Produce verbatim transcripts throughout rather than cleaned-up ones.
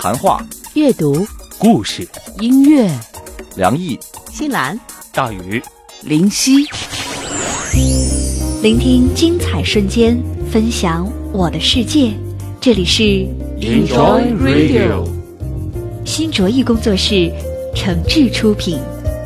谈话、 阅读、 故事、 音乐。 梁毅、 新兰、 大宇、 林夕， 聆听精彩瞬间，分享我的世界。这里是 Enjoy Radio， 新卓艺工作室诚挚出品。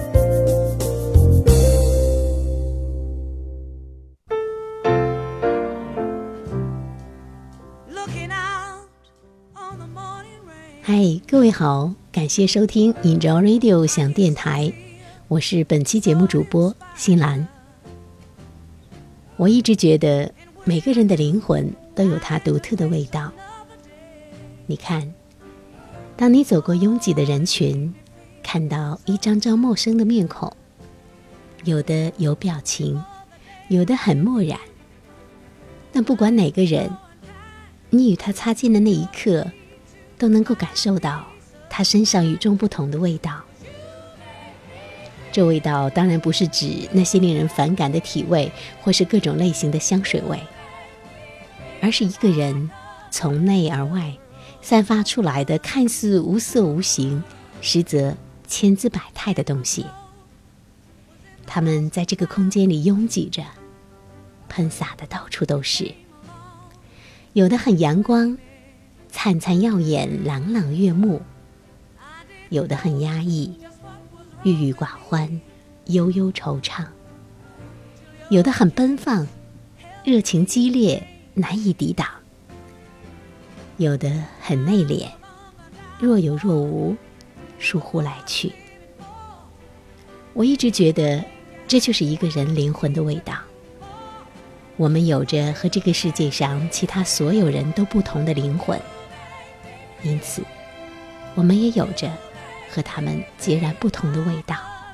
嗨，各位好，感谢收听 Enjoy Radio 响电台，我是本期节目主播新兰。我一直觉得每个人的灵魂都有它独特的味道。你看，当你走过拥挤的人群，看到一张张陌生的面孔，有的有表情，有的很漠然，但不管哪个人，你与他擦肩的那一刻，都能够感受到他身上与众不同的味道。这味道当然不是指那些令人反感的体味或是各种类型的香水味，而是一个人从内而外散发出来的看似无色无形，实则千姿百态的东西。它们在这个空间里拥挤着，喷洒的到处都是，有的很阳光，灿灿耀眼，朗朗悦目；有的很压抑，郁郁寡欢，悠悠惆怅；有的很奔放，热情激烈，难以抵挡；有的很内敛，若有若无，疏忽来去。我一直觉得，这就是一个人灵魂的味道。我们有着和这个世界上其他所有人都不同的灵魂，因此我们也有着和他们截然不同的味道。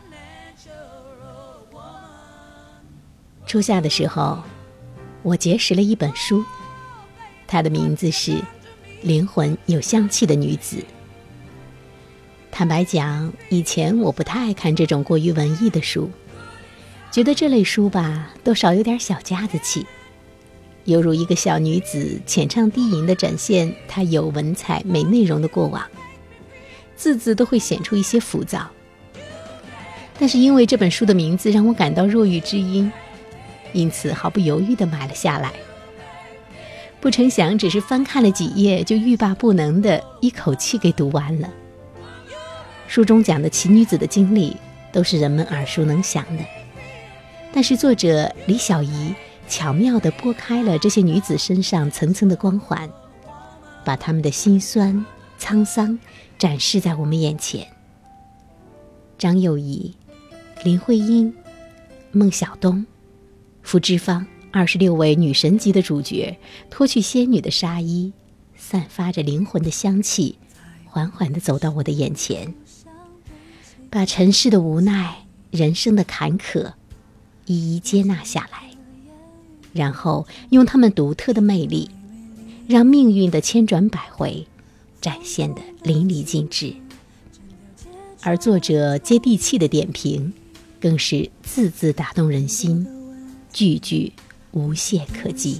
初夏的时候，我结识了一本书，它的名字是《灵魂有香气的女子》。坦白讲，以前我不太爱看这种过于文艺的书，觉得这类书吧，多少有点小家子气，犹如一个小女子浅唱低吟地展现她有文采没内容的过往，字字都会显出一些浮躁。但是因为这本书的名字让我感到若遇知音，因此毫不犹豫地买了下来。不成想只是翻看了几页，就欲罢不能地一口气给读完了。书中讲的奇女子的经历都是人们耳熟能详的，但是作者李小怡巧妙地拨开了这些女子身上层层的光环，把她们的辛酸沧桑展示在我们眼前。张幼仪、林徽因、孟小冬、傅芝芳，二十六位女神级的主角，脱去仙女的纱衣，散发着灵魂的香气，缓缓地走到我的眼前，把尘世的无奈、人生的坎坷一一接纳下来，然后用他们独特的魅力，让命运的千转百回展现得淋漓尽致。而作者接地气的点评，更是字字打动人心，句句无懈可击。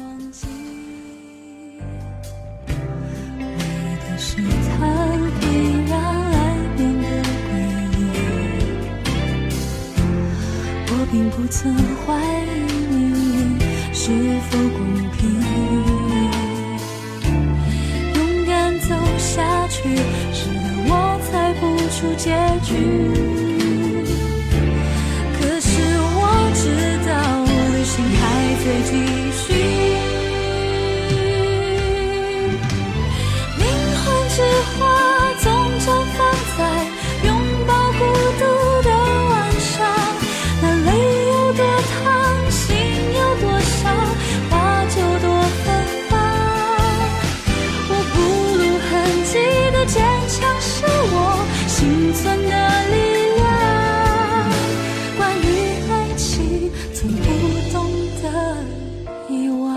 并不曾怀疑命运是否公平，勇敢走下去，使得我猜不出结局。可是我知道，旅行还在继续，灵魂之花总绽放在拥抱孤独的晚上。多烫，心有多少，花就多芬芳。我不露痕迹的坚强，是我心存的力量。关于爱情，从不懂得遗忘。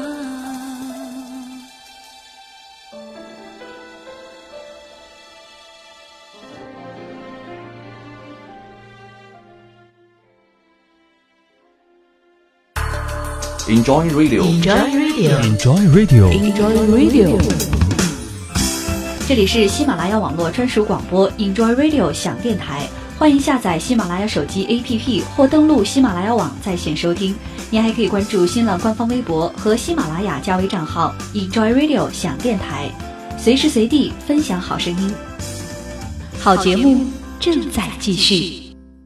Enjoy Radio， Enjoy Radio， Enjoy Radio， Enjoy Radio。 这里是喜马拉雅网络专属广播 Enjoy Radio 享电台，欢迎下载喜马拉雅手机 A P P 或登录喜马拉雅网在线收听。您还可以关注新浪官方微博和喜马拉雅加微账号 Enjoy Radio 享电台，随时随地分享好声音。好节目正在继续。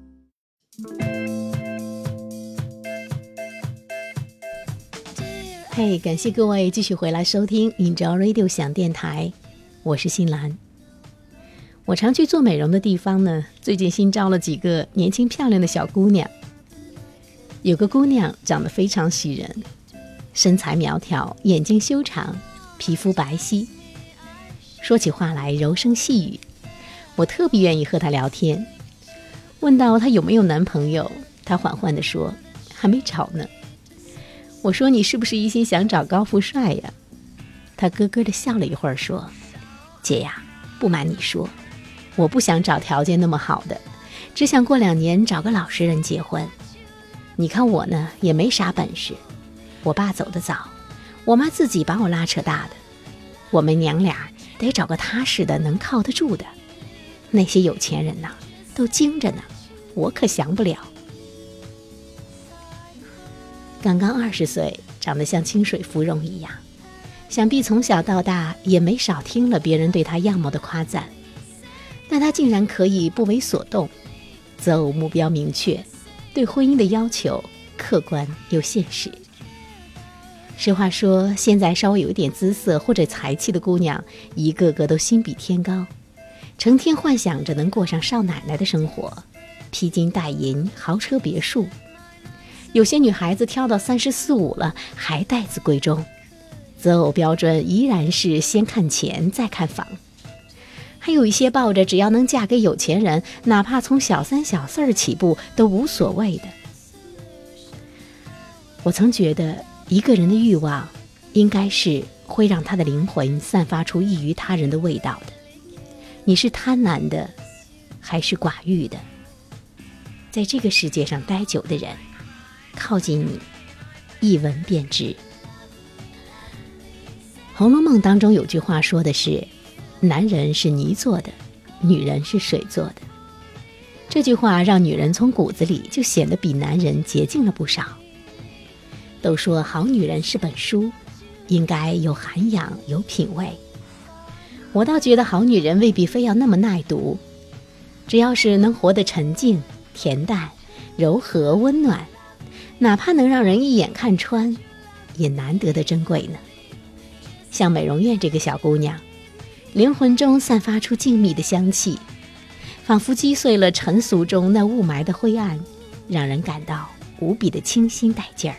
嘿、hey, 感谢各位继续回来收听 Enjoy Radio 享电台，我是新兰。我常去做美容的地方呢，最近新招了几个年轻漂亮的小姑娘。有个姑娘长得非常喜人，身材苗条，眼睛修长，皮肤白皙，说起话来柔声细语，我特别愿意和她聊天。问到她有没有男朋友，她缓缓地说还没找呢。我说你是不是一心想找高富帅呀？她咯咯地笑了一会儿说，姐呀，不瞒你说，我不想找条件那么好的，只想过两年找个老实人结婚。你看我呢，也没啥本事，我爸走得早，我妈自己把我拉扯大的，我们娘俩得找个踏实的能靠得住的。那些有钱人呐，都精着呢，我可降不了。刚刚二十岁，长得像清水芙蓉一样，想必从小到大也没少听了别人对她样貌的夸赞，但她竟然可以不为所动，择偶目标明确，对婚姻的要求客观又现实。实话说，现在稍微有一点姿色或者才气的姑娘，一个个都心比天高，成天幻想着能过上少奶奶的生活，披金戴银，豪车别墅。有些女孩子挑到三十四五了，还待字闺中，择偶标准依然是先看钱再看房。还有一些抱着只要能嫁给有钱人，哪怕从小三小四儿起步都无所谓的。我曾觉得一个人的欲望应该是会让他的灵魂散发出异于他人的味道的。你是贪婪的还是寡欲的？在这个世界上待久的人，靠近你一闻便知。《红楼梦》当中有句话说的是，男人是泥做的，女人是水做的。这句话让女人从骨子里就显得比男人洁净了不少。都说好女人是本书，应该有涵养有品味。我倒觉得好女人未必非要那么耐读，只要是能活得沉静恬淡柔和温暖，哪怕能让人一眼看穿，也难得的珍贵呢。像美容院这个小姑娘，灵魂中散发出静谧的香气，仿佛击碎了尘俗中那雾霾的灰暗，让人感到无比的清新带劲儿。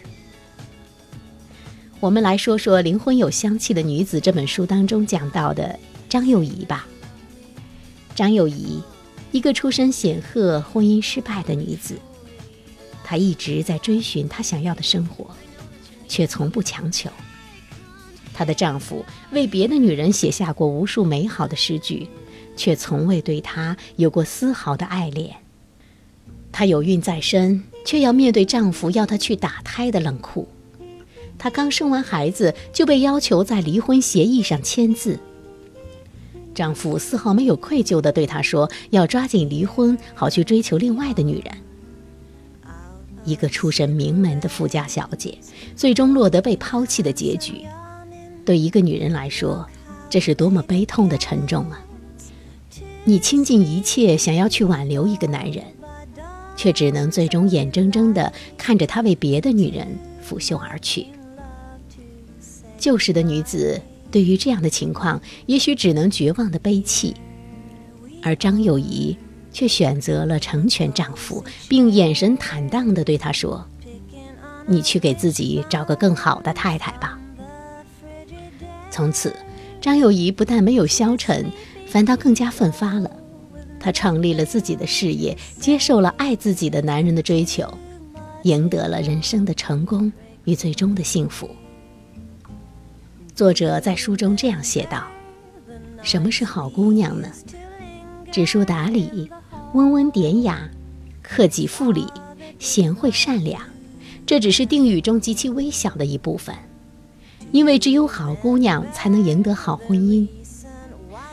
我们来说说《灵魂有香气的女子》这本书当中讲到的张幼仪吧。张幼仪，一个出身显赫、婚姻失败的女子，她一直在追寻她想要的生活，却从不强求。她的丈夫为别的女人写下过无数美好的诗句，却从未对她有过丝毫的爱恋。她有孕在身，却要面对丈夫要她去打胎的冷酷。她刚生完孩子，就被要求在离婚协议上签字。丈夫丝毫没有愧疚地对她说，要抓紧离婚，好去追求另外的女人。一个出身名门的富家小姐，最终落得被抛弃的结局，对一个女人来说，这是多么悲痛的沉重啊！你倾尽一切想要去挽留一个男人，却只能最终眼睁睁地看着他为别的女人拂袖而去。旧时的女子对于这样的情况，也许只能绝望的悲泣，而张幼仪却选择了成全丈夫，并眼神坦荡地对他说，你去给自己找个更好的太太吧。从此，张幼仪不但没有消沉，反倒更加奋发了。她创立了自己的事业，接受了爱自己的男人的追求，赢得了人生的成功与最终的幸福。作者在书中这样写道，什么是好姑娘呢？知书达理，温文典雅，克己复礼，贤惠善良，这只是定语中极其微小的一部分。因为只有好姑娘才能赢得好婚姻。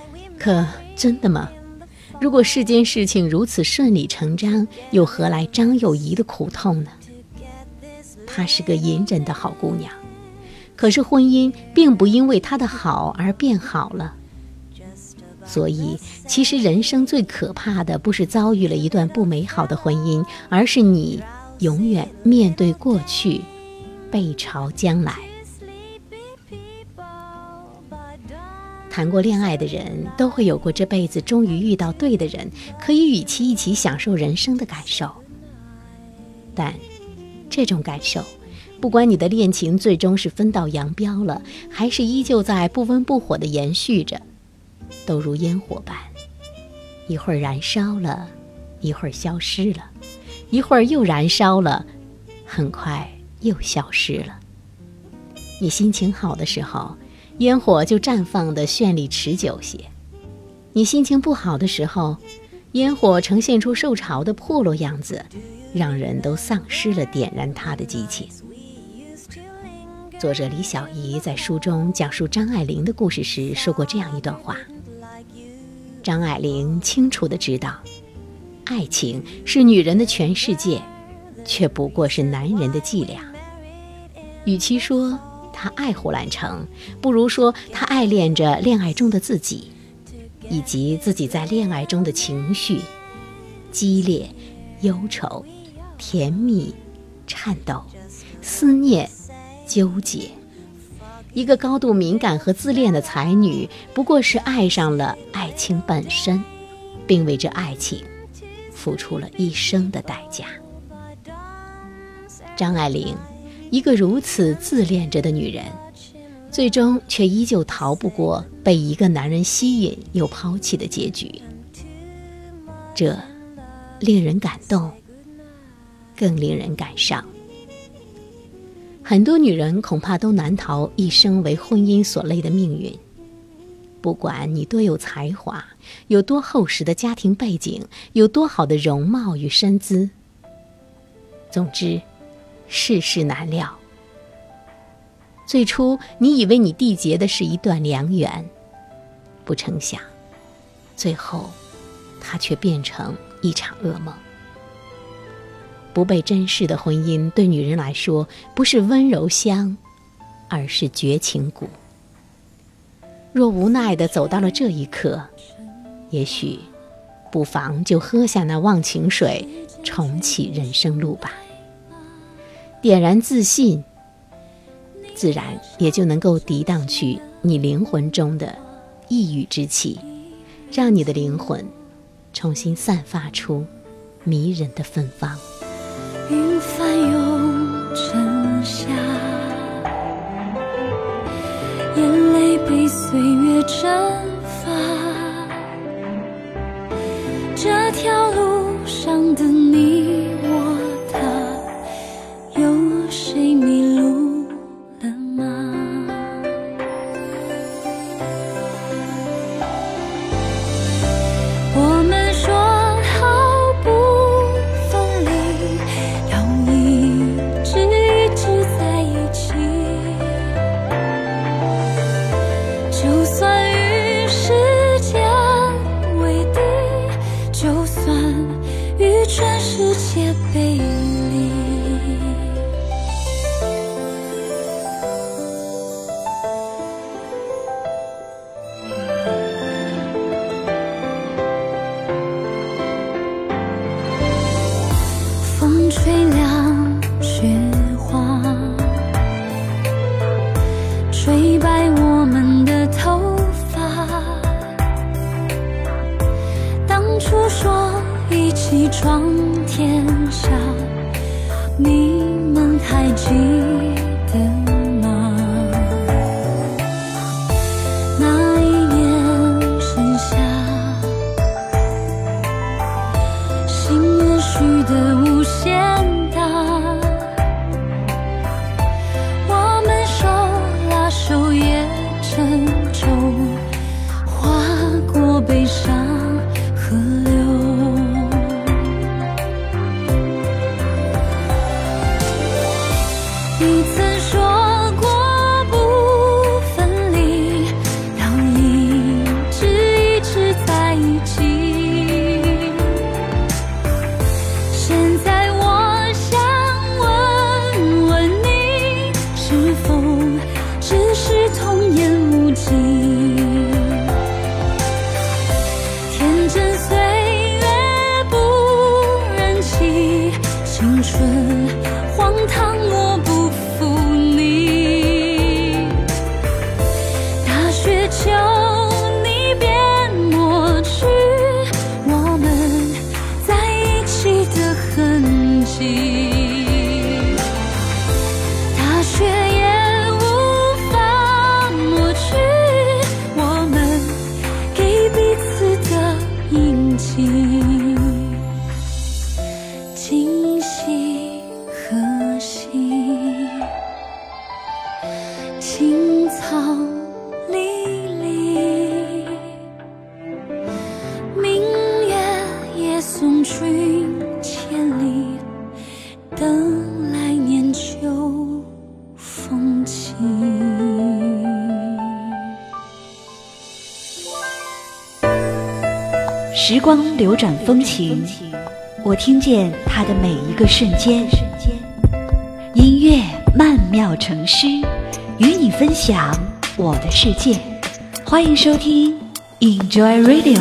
可真的吗？如果世间事情如此顺理成章，又何来张幼仪的苦痛呢？她是个隐忍的好姑娘，可是婚姻并不因为她的好而变好了。所以其实人生最可怕的不是遭遇了一段不美好的婚姻，而是你永远面对过去，背朝将来。谈过恋爱的人都会有过这辈子终于遇到对的人，可以与其一起享受人生的感受。但这种感受，不管你的恋情最终是分道扬镳了，还是依旧在不温不火地延续着，都如烟火般，一会儿燃烧了，一会儿消失了，一会儿又燃烧了，很快又消失了。你心情好的时候，烟火就绽放的绚丽持久些；你心情不好的时候，烟火呈现出受潮的破落样子，让人都丧失了点燃它的激情。作者李小怡在书中讲述张爱玲的故事时说过这样一段话：张爱玲清楚地知道，爱情是女人的全世界，却不过是男人的伎俩。与其说她爱胡兰成，不如说她爱恋着恋爱中的自己，以及自己在恋爱中的情绪，激烈、忧愁、甜蜜、颤抖、思念、纠结。一个高度敏感和自恋的才女，不过是爱上了爱情本身，并为这爱情付出了一生的代价。张爱玲，一个如此自恋着的女人，最终却依旧逃不过被一个男人吸引又抛弃的结局。这令人感动，更令人感伤。很多女人恐怕都难逃一生为婚姻所累的命运。不管你多有才华，有多厚实的家庭背景，有多好的容貌与身姿，总之世事难料。最初你以为你缔结的是一段良缘，不成想最后它却变成一场噩梦。不被珍视的婚姻对女人来说，不是温柔乡，而是绝情谷。若无奈地走到了这一刻，也许不妨就喝下那忘情水，重启人生路吧。点燃自信，自然也就能够涤荡去你灵魂中的抑郁之气，让你的灵魂重新散发出迷人的芬芳。 云翻涌成夏，眼泪被岁月蒸发，这条路上的你我他，有谁迷路了吗？我们说好不分离，要一直一直在一起，就算与时间为敌，就算与全世界背离。风吹凉雪花，吹白我们的头发。当初说一起闯天下，你们还记得吗？那一年盛夏，心愿许得无限大，我们手拉手也沉重，划过悲伤河流。云情，今夕何夕？青草离离，明月夜送君千里，等来年秋风起。 时光流转风情，我听见它的每一个瞬间。音乐曼妙成诗，与你分享我的世界。欢迎收听 Enjoy Radio。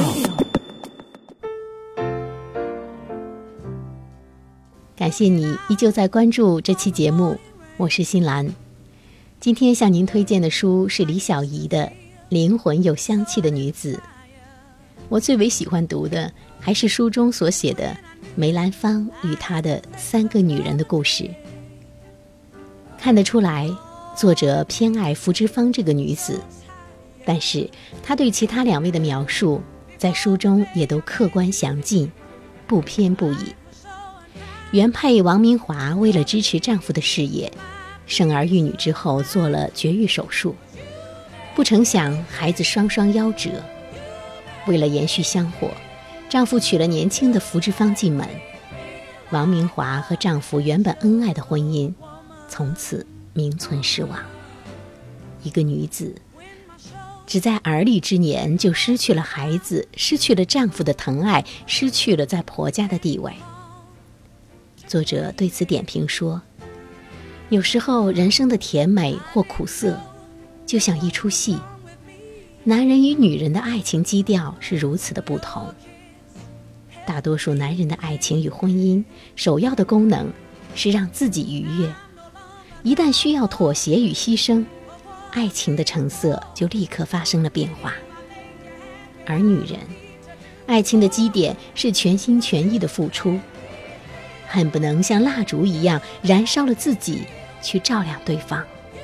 感谢你依旧在关注这期节目，我是欣兰。今天向您推荐的书是李小怡的《灵魂有香气的女子》。我最为喜欢读的还是书中所写的梅兰芳与她的三个女人的故事。看得出来，作者偏爱福芝芳这个女子，但是他对其他两位的描述在书中也都客观详尽，不偏不倚。原配王明华为了支持丈夫的事业，生儿育女之后做了绝育手术，不成想孩子双双夭折。为了延续香火，丈夫娶了年轻的福芝芳进门。王明华和丈夫原本恩爱的婚姻从此名存实亡。一个女子只在而立之年就失去了孩子，失去了丈夫的疼爱，失去了在婆家的地位。作者对此点评说，有时候人生的甜美或苦涩就像一出戏，男人与女人的爱情基调是如此的不同。大多数男人的爱情与婚姻首要的功能是让自己愉悦，一旦需要妥协与牺牲，爱情的成色就立刻发生了变化。而女人，爱情的基点是全心全意的付出，恨不能像蜡烛一样燃烧了自己去照亮对方。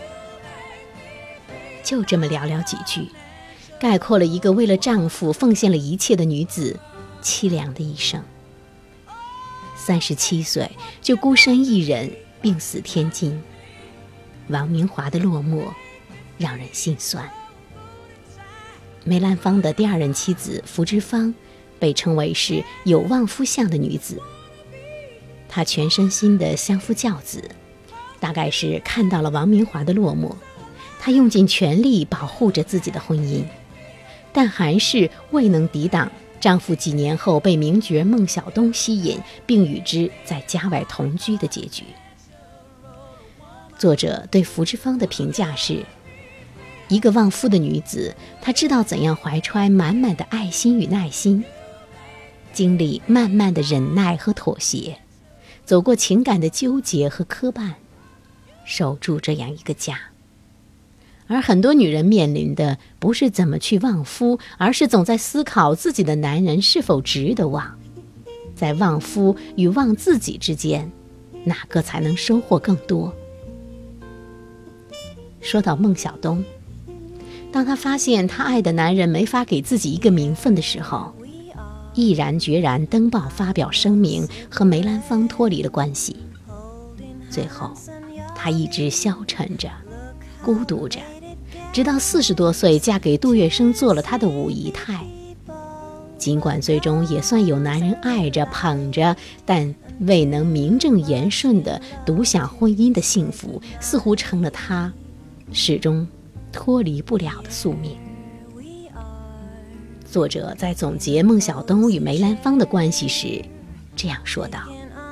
就这么寥寥几句，概括了一个为了丈夫奉献了一切的女子凄凉的一生。三十七岁就孤身一人病死天津，王明华的落寞让人心酸。梅兰芳的第二任妻子福芝芳被称为是有望夫相的女子，她全身心的相夫教子，大概是看到了王明华的落寞，她用尽全力保护着自己的婚姻，但还是未能抵挡丈夫几年后被名角孟小冬吸引，并与之在家外同居的结局。作者对福芝芳的评价是，一个旺夫的女子，她知道怎样怀揣满满的爱心与耐心，经历慢慢的忍耐和妥协，走过情感的纠结和磕绊，守住这样一个家。而很多女人面临的不是怎么去旺夫，而是总在思考自己的男人是否值得旺，在旺夫与旺自己之间，哪个才能收获更多。说到孟小冬，当她发现她爱的男人没法给自己一个名分的时候，毅然决然登报发表声明，和梅兰芳脱离了关系。最后她一直消沉着，孤独着，直到四十多岁嫁给杜月笙做了她的五姨太。尽管最终也算有男人爱着捧着，但未能名正言顺地独享婚姻的幸福，似乎成了她始终脱离不了的宿命。作者在总结孟小冬与梅兰芳的关系时这样说道，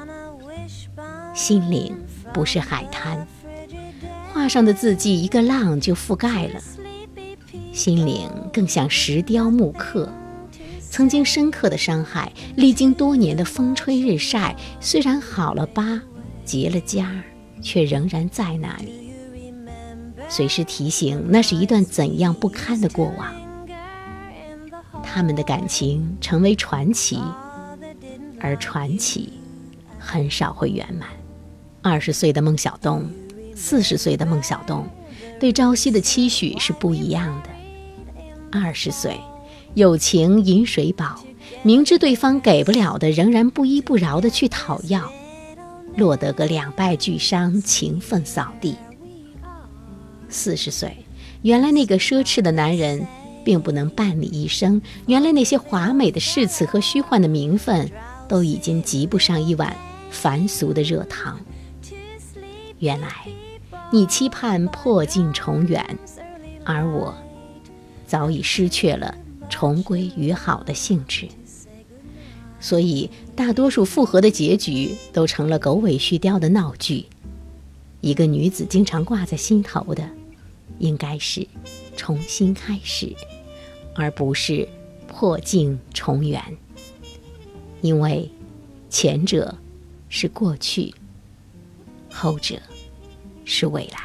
心灵不是海滩，画上的字迹一个浪就覆盖了，心灵更像石雕木刻，曾经深刻的伤害，历经多年的风吹日晒，虽然好了疤结了痂，却仍然在那里，随时提醒那是一段怎样不堪的过往。他们的感情成为传奇，而传奇很少会圆满。二十岁的孟小冬，四十岁的孟小冬，对朝夕的期许是不一样的。二十岁有情饮水饱， 明知对方给不了的，仍然不依不饶地去讨要，落得个两败俱伤，情分扫地。四十岁，原来那个奢侈的男人并不能伴你一生，原来那些华美的誓词和虚幻的名分都已经及不上一碗凡俗的热汤。原来你期盼破镜重圆，而我早已失去了重归于好的兴致。所以大多数复合的结局都成了狗尾续貂的闹剧。一个女子经常挂在心头的，应该是重新开始，而不是破镜重圆。因为前者是过去，后者是未来。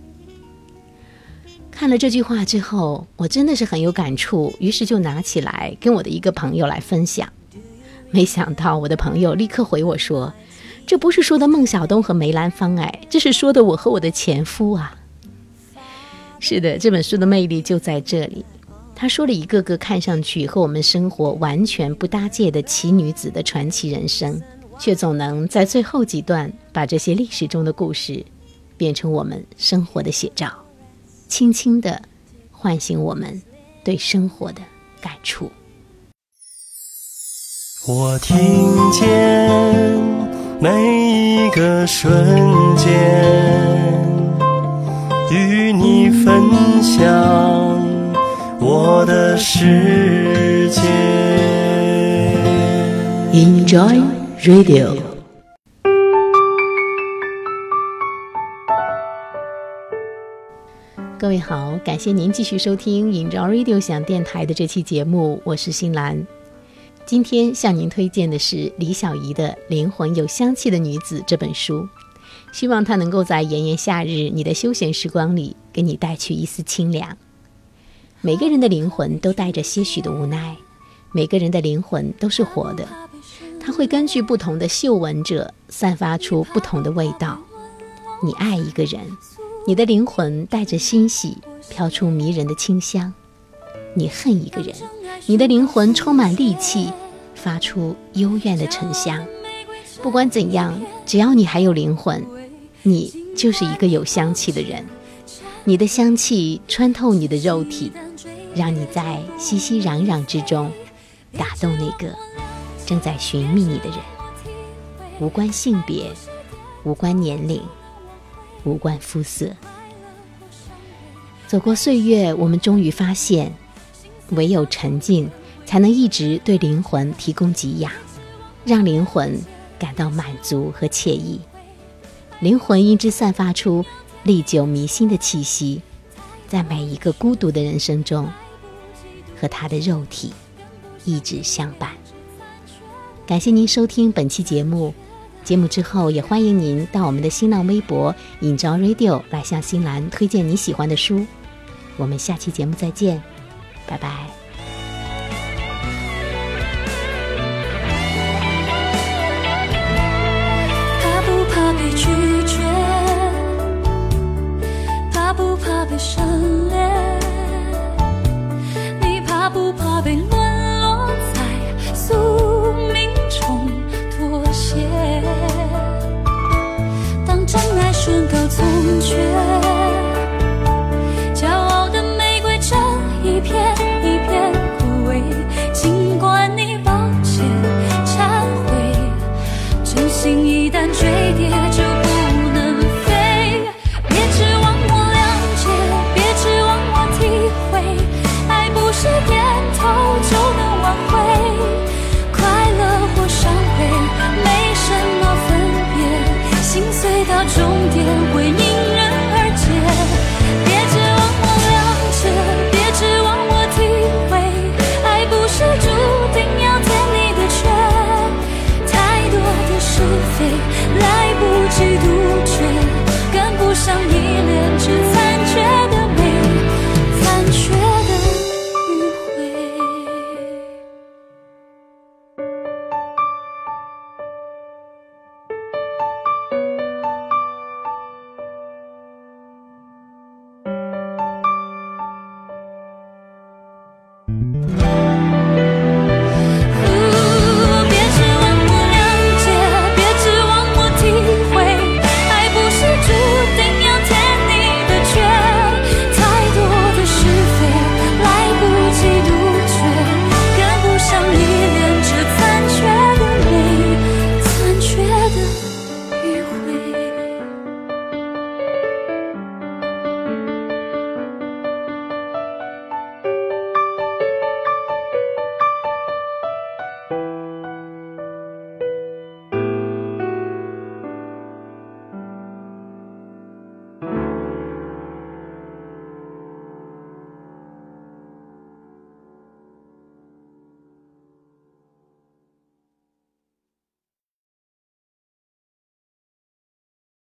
看了这句话之后，我真的是很有感触，于是就拿起来跟我的一个朋友来分享。没想到我的朋友立刻回我说，这不是说的孟小冬和梅兰芳，哎，这是说的我和我的前夫啊。是的，这本书的魅力就在这里。他说了一个个看上去和我们生活完全不搭界的奇女子的传奇人生，却总能在最后几段把这些历史中的故事变成我们生活的写照，轻轻地唤醒我们对生活的感触。 我听见每一个瞬间，与你分享我的世界。 Enjoy Radio。各位好，感谢您继续收听 Enjoy Radio 想电台的这期节目，我是新兰。今天向您推荐的是李小怡的《灵魂有香气的女子》这本书，希望它能够在炎炎夏日你的休闲时光里给你带去一丝清凉。每个人的灵魂都带着些许的无奈，每个人的灵魂都是活的，它会根据不同的嗅闻者散发出不同的味道。你爱一个人，你的灵魂带着欣喜飘出迷人的清香；你恨一个人，你的灵魂充满戾气发出幽怨的沉香。不管怎样，只要你还有灵魂，你就是一个有香气的人。你的香气穿透你的肉体，让你在熙熙攘攘之中打动那个正在寻觅你的人。无关性别，无关年龄，无关肤色。走过岁月，我们终于发现，唯有沉静才能一直对灵魂提供给养，让灵魂感到满足和惬意。灵魂因之散发出历久弥新的气息，在每一个孤独的人生中，和他的肉体一直相伴。感谢您收听本期节目，节目之后也欢迎您到我们的新浪微博 Enjoy Radio 来向新兰推荐你喜欢的书。我们下期节目再见，拜拜。 怕不怕被拒绝？怕不怕被省略？你怕不怕被沦落在宿命中妥协？当真爱宣告从缺，骄傲的玫瑰正一片一片枯萎，尽管你抱歉忏悔，真心一旦坠跌就不能飞。别指望我谅解，别指望我体会，爱不是点头就能挽回，快乐或伤悲没什么分别，心碎到终点为